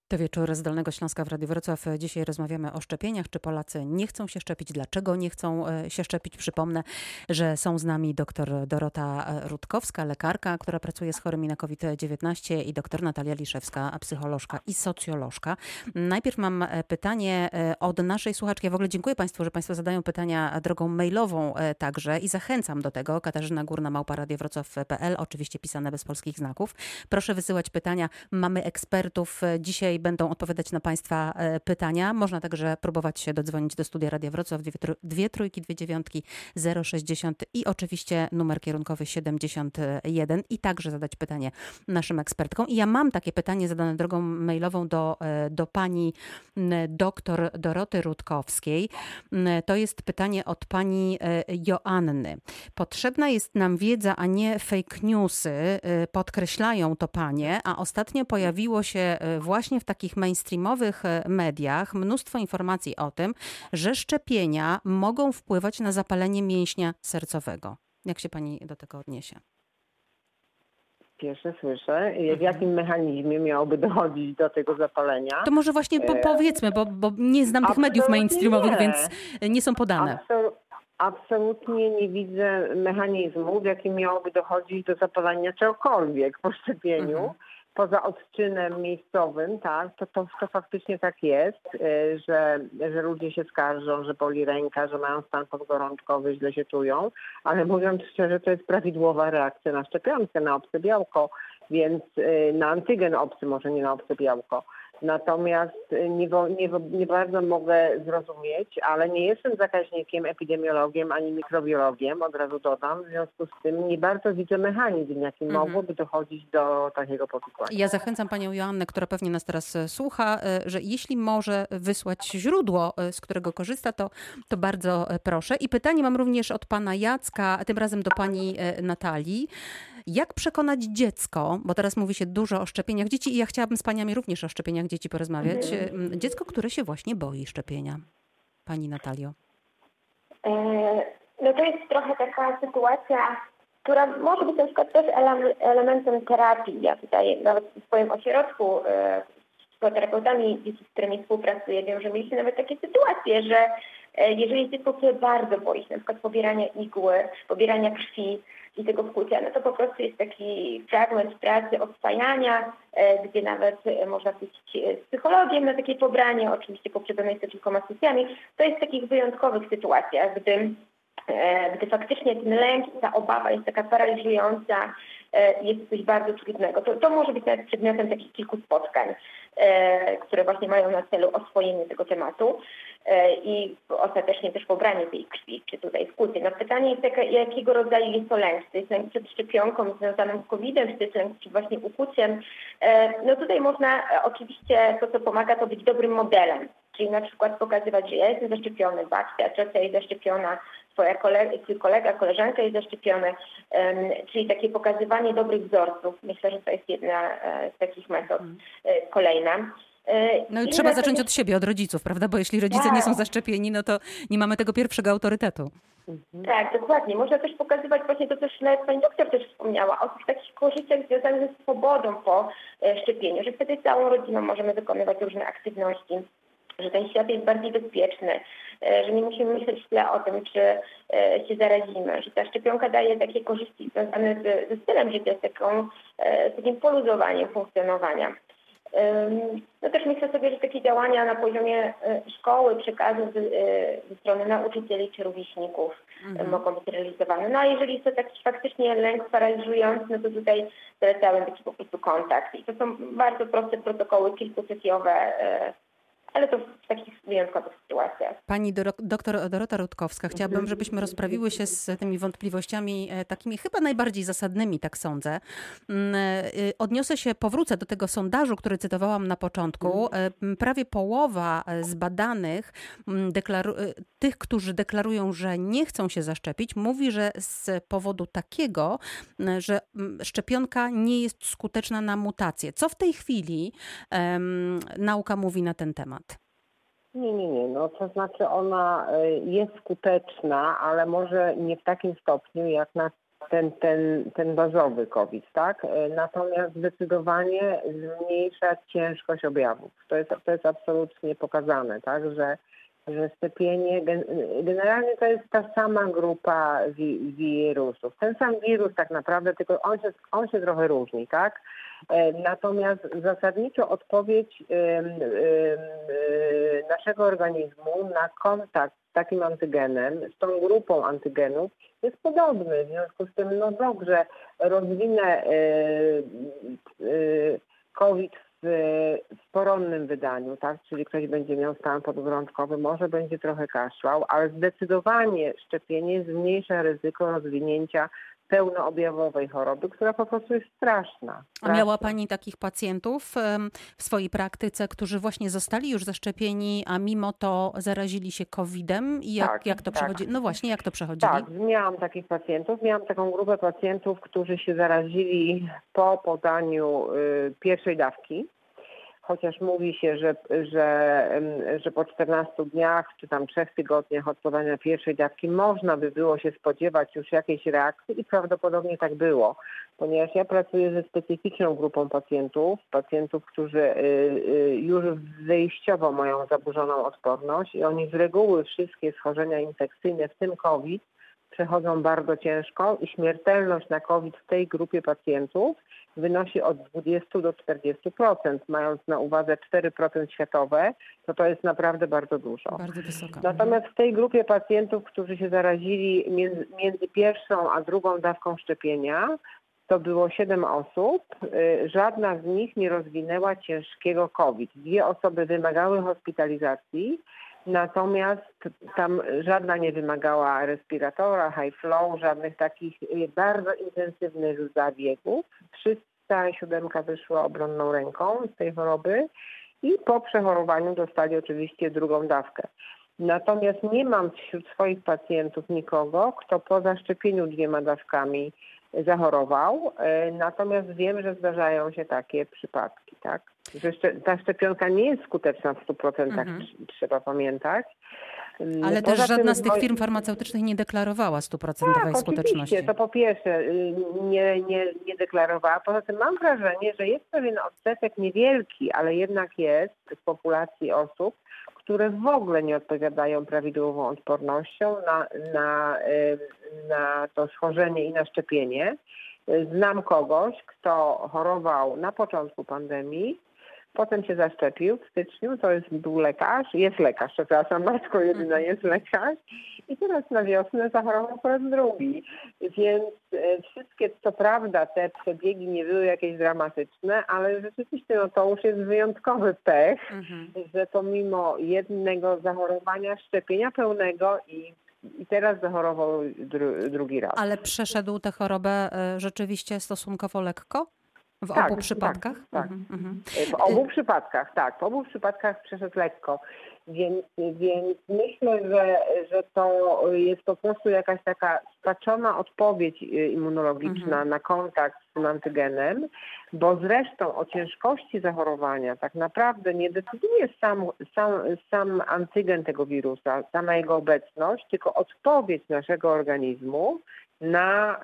To wieczór z Dolnego Śląska w Radiu Wrocław. Dzisiaj rozmawiamy o szczepieniach. Czy Polacy nie chcą się szczepić? Dlaczego nie chcą się szczepić? Przypomnę, że są z nami dr Dorota Rutkowska, lekarka, która pracuje z chorymi na COVID-19 i dr Natalia Liszewska, psycholożka i socjolożka. Najpierw mam pytanie od naszej słuchaczki. Ja w ogóle dziękuję Państwu, że Państwo zadają pytania drogą mailową także i zachęcam do tego. Katarzyna Górna, @radiowrocław.pl, oczywiście pisane bez polskich znaków. Proszę wysyłać pytania. Mamy ekspertów. Dzisiaj będą odpowiadać na Państwa pytania. Można także próbować się dodzwonić do studia Radia Wrocław 2 trójki, 2 dziewiątki, 060 i oczywiście numer kierunkowy 71 i także zadać pytanie naszym ekspertkom. I ja mam takie pytanie zadane drogą mailową do pani doktor Doroty Rutkowskiej. To jest pytanie od pani Joanny. Potrzebna jest nam wiedza, a nie fake newsy. Podkreślają to panie, a ostatnio pojawiło się właśnie w takich mainstreamowych mediach mnóstwo informacji o tym, że szczepienia mogą wpływać na zapalenie mięśnia sercowego. Jak się pani do tego odniesie? Pierwsze słyszę. W jakim mechanizmie miałoby dochodzić do tego zapalenia? To może właśnie powiedzmy, bo nie znam tych mediów mainstreamowych, nie. Więc nie są podane. Absolutnie nie widzę mechanizmu, w jakim miałoby dochodzić do zapalenia czegokolwiek po szczepieniu. Poza odczynem miejscowym, tak, to faktycznie tak jest, że ludzie się skarżą, że boli ręka, że mają stan podgorączkowy, źle się czują, ale mówiąc szczerze, to jest prawidłowa reakcja na szczepionkę, na obce białko, więc na antygen obcy, może nie na obce białko. Natomiast nie bardzo mogę zrozumieć, ale nie jestem zakaźnikiem, epidemiologiem ani mikrobiologiem, od razu dodam. W związku z tym nie bardzo widzę mechanizm, jaki mogłoby dochodzić do takiego powikłania. Ja zachęcam panią Joannę, która pewnie nas teraz słucha, że jeśli może wysłać źródło, z którego korzysta, to bardzo proszę. I pytanie mam również od pana Jacka, a tym razem do pani Natalii. Jak przekonać dziecko, bo teraz mówi się dużo o szczepieniach dzieci i ja chciałabym z paniami również o szczepieniach dzieci porozmawiać. Dziecko, które się właśnie boi szczepienia. Pani Natalio. No to jest trochę taka sytuacja, która może być na przykład też elementem terapii. Ja tutaj nawet w swoim ośrodku z psychoterapeutami dzieci, z którymi współpracuję, wiem, że mieliśmy nawet takie sytuacje, że jeżeli dziecko, które bardzo boi się na przykład pobierania igły, pobierania krwi i tego wkłucia, no to po prostu jest taki fragment pracy odwajania, gdzie nawet można pójść z psychologiem na takie pobranie, oczywiście poprzedzone jest to kilkoma sesjami. To jest w takich wyjątkowych sytuacjach, gdy faktycznie ten lęk i ta obawa jest taka paraliżująca, jest coś bardzo trudnego. To może być nawet przedmiotem takich kilku spotkań, które właśnie mają na celu oswojenie tego tematu i ostatecznie też pobranie tej krwi, czy tutaj wkłucie. No pytanie jest takie, jakiego rodzaju jest to lęk? Czy to jest lęk przed szczepionką związanym z COVID-em, czy to jest lęk przed właśnie ukłuciem? No tutaj można oczywiście, to co pomaga, to być dobrym modelem. Czyli na przykład pokazywać, że ja jestem zaszczepiony, babcia, ciocia jest zaszczepiona, kolega, koleżanka jest zaszczepiony, czyli takie pokazywanie dobrych wzorców. Myślę, że to jest jedna z takich metod. Kolejna. No i trzeba zacząć od siebie, od rodziców, prawda? Bo jeśli rodzice nie są zaszczepieni, no to nie mamy tego pierwszego autorytetu. Tak, dokładnie. Można też pokazywać właśnie to, co nawet pani doktor też wspomniała, o tych takich korzyściach związanych ze swobodą po szczepieniu, że wtedy całą rodziną możemy wykonywać różne aktywności, że ten świat jest bardziej bezpieczny, że nie musimy myśleć tyle o tym, czy się zarazimy, że ta szczepionka daje takie korzyści związane ze stylem życia, z takim poluzowaniem funkcjonowania. No też myślę sobie, że takie działania na poziomie szkoły, przekazu ze strony nauczycieli czy rówieśników mogą być realizowane. No a jeżeli jest to taki faktycznie lęk paraliżujący, no to tutaj zalecałem taki po prostu kontakt. I to są bardzo proste protokoły, kilkusesjowe, ale to w takich wyjątkowych sytuacjach. Pani doktor Dorota Rutkowska, chciałabym, żebyśmy rozprawiły się z tymi wątpliwościami takimi chyba najbardziej zasadnymi, tak sądzę. Powrócę do tego sondażu, który cytowałam na początku. Prawie połowa z badanych, tych, którzy deklarują, że nie chcą się zaszczepić, mówi, że z powodu takiego, że szczepionka nie jest skuteczna na mutacje. Co w tej chwili nauka mówi na ten temat? Nie. No to znaczy ona jest skuteczna, ale może nie w takim stopniu jak na ten bazowy COVID, tak? Natomiast zdecydowanie zmniejsza ciężkość objawów. To jest absolutnie pokazane, tak? Że szczepienie, generalnie to jest ta sama grupa wirusów. Ten sam wirus tak naprawdę, tylko on się trochę różni, tak? Natomiast zasadniczo odpowiedź naszego organizmu na kontakt z takim antygenem, z tą grupą antygenów jest podobny. W związku z tym, no dobrze, rozwinę COVID w poronnym wydaniu, tak? Czyli ktoś będzie miał stan podgorączkowy, może będzie trochę kaszlał, ale zdecydowanie szczepienie zmniejsza ryzyko rozwinięcia pełnoobjawowej choroby, która po prostu jest straszna. A miała Pani takich pacjentów w swojej praktyce, którzy właśnie zostali już zaszczepieni, a mimo to zarazili się COVID-em? I jak to przechodzi? No właśnie, jak to przechodzili? Tak, miałam takich pacjentów. Miałam taką grupę pacjentów, którzy się zarazili po podaniu pierwszej dawki. Chociaż mówi się, że po 14 dniach czy tam 3 tygodniach od podania pierwszej dawki można by było się spodziewać już jakiejś reakcji i prawdopodobnie tak było. Ponieważ ja pracuję ze specyficzną grupą pacjentów, którzy już wyjściowo mają zaburzoną odporność i oni z reguły wszystkie schorzenia infekcyjne, w tym COVID, przechodzą bardzo ciężko i śmiertelność na COVID w tej grupie pacjentów wynosi od 20 do 40%, mając na uwadze 4% światowe, to jest naprawdę bardzo dużo. Bardzo wysoka. Natomiast w tej grupie pacjentów, którzy się zarazili między pierwszą a drugą dawką szczepienia, to było 7 osób. Żadna z nich nie rozwinęła ciężkiego COVID. 2 osoby wymagały hospitalizacji, natomiast tam żadna nie wymagała respiratora, high flow, żadnych takich bardzo intensywnych zabiegów. 307 wyszła obronną ręką z tej choroby i po przechorowaniu dostali oczywiście drugą dawkę. Natomiast nie mam wśród swoich pacjentów nikogo, kto po zaszczepieniu 2 dawkami zachorował, natomiast wiem, że zdarzają się takie przypadki, tak? Że ta szczepionka nie jest skuteczna w 100%, trzeba pamiętać. Ale też żadna z tych firm farmaceutycznych nie deklarowała 100% skuteczności. Oczywiście, to po pierwsze nie deklarowała. Poza tym mam wrażenie, że jest pewien odsetek niewielki, ale jednak jest w populacji osób, które w ogóle nie odpowiadają prawidłową odpornością na to schorzenie i na szczepienie. Znam kogoś, kto chorował na początku pandemii, potem się zaszczepił w styczniu, jest lekarz, przepraszam, matko jedyna jest lekarz i teraz na wiosnę zachorował po raz drugi. Więc wszystkie, co prawda, te przebiegi nie były jakieś dramatyczne, ale rzeczywiście to już jest wyjątkowy pech, że pomimo jednego zachorowania, szczepienia pełnego i teraz zachorował drugi raz. Ale przeszedł tę chorobę rzeczywiście stosunkowo lekko? W obu przypadkach? Tak. W obu przypadkach, tak. W obu przypadkach przeszedł lekko. Więc myślę, że to jest po prostu jakaś taka spaczona odpowiedź immunologiczna na kontakt z tym antygenem, bo zresztą o ciężkości zachorowania tak naprawdę nie decyduje sam antygen tego wirusa, sama jego obecność, tylko odpowiedź naszego organizmu na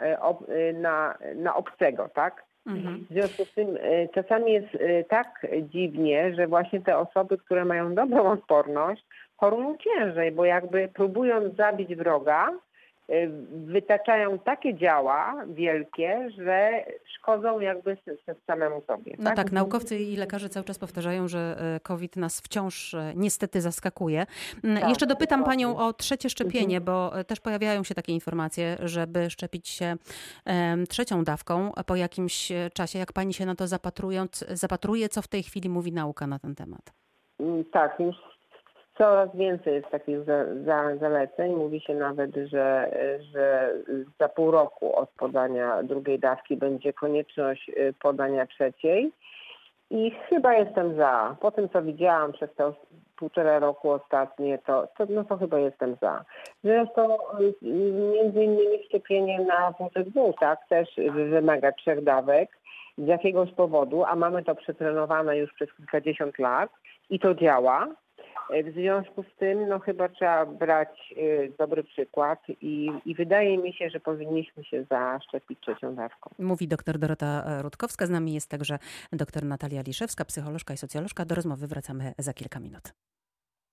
obcego, tak? W związku z tym czasami jest tak dziwnie, że właśnie te osoby, które mają dobrą odporność, chorują ciężej, bo jakby próbując zabić wroga, wytaczają takie działa wielkie, że szkodzą jakby samemu sobie. No tak, naukowcy i lekarze cały czas powtarzają, że COVID nas wciąż niestety zaskakuje. Jeszcze dopytam Panią o trzecie szczepienie, bo też pojawiają się takie informacje, żeby szczepić się trzecią dawką po jakimś czasie. Jak Pani się na to zapatruje, co w tej chwili mówi nauka na ten temat? Tak, już coraz więcej jest takich zaleceń. Mówi się nawet, że za pół roku od podania drugiej dawki będzie konieczność podania trzeciej. I chyba jestem za. Po tym, co widziałam przez te 1,5 roku ostatnie, to chyba jestem za. Zresztą między innymi szczepienie na WZW, tak, też wymaga 3 dawek z jakiegoś powodu, a mamy to przetrenowane już przez kilkadziesiąt lat i to działa. W związku z tym chyba trzeba brać dobry przykład i wydaje mi się, że powinniśmy się zaszczepić trzecią dawką. Mówi dr Dorota Rutkowska. Z nami jest także dr Natalia Liszewska, psycholożka i socjolożka. Do rozmowy wracamy za kilka minut.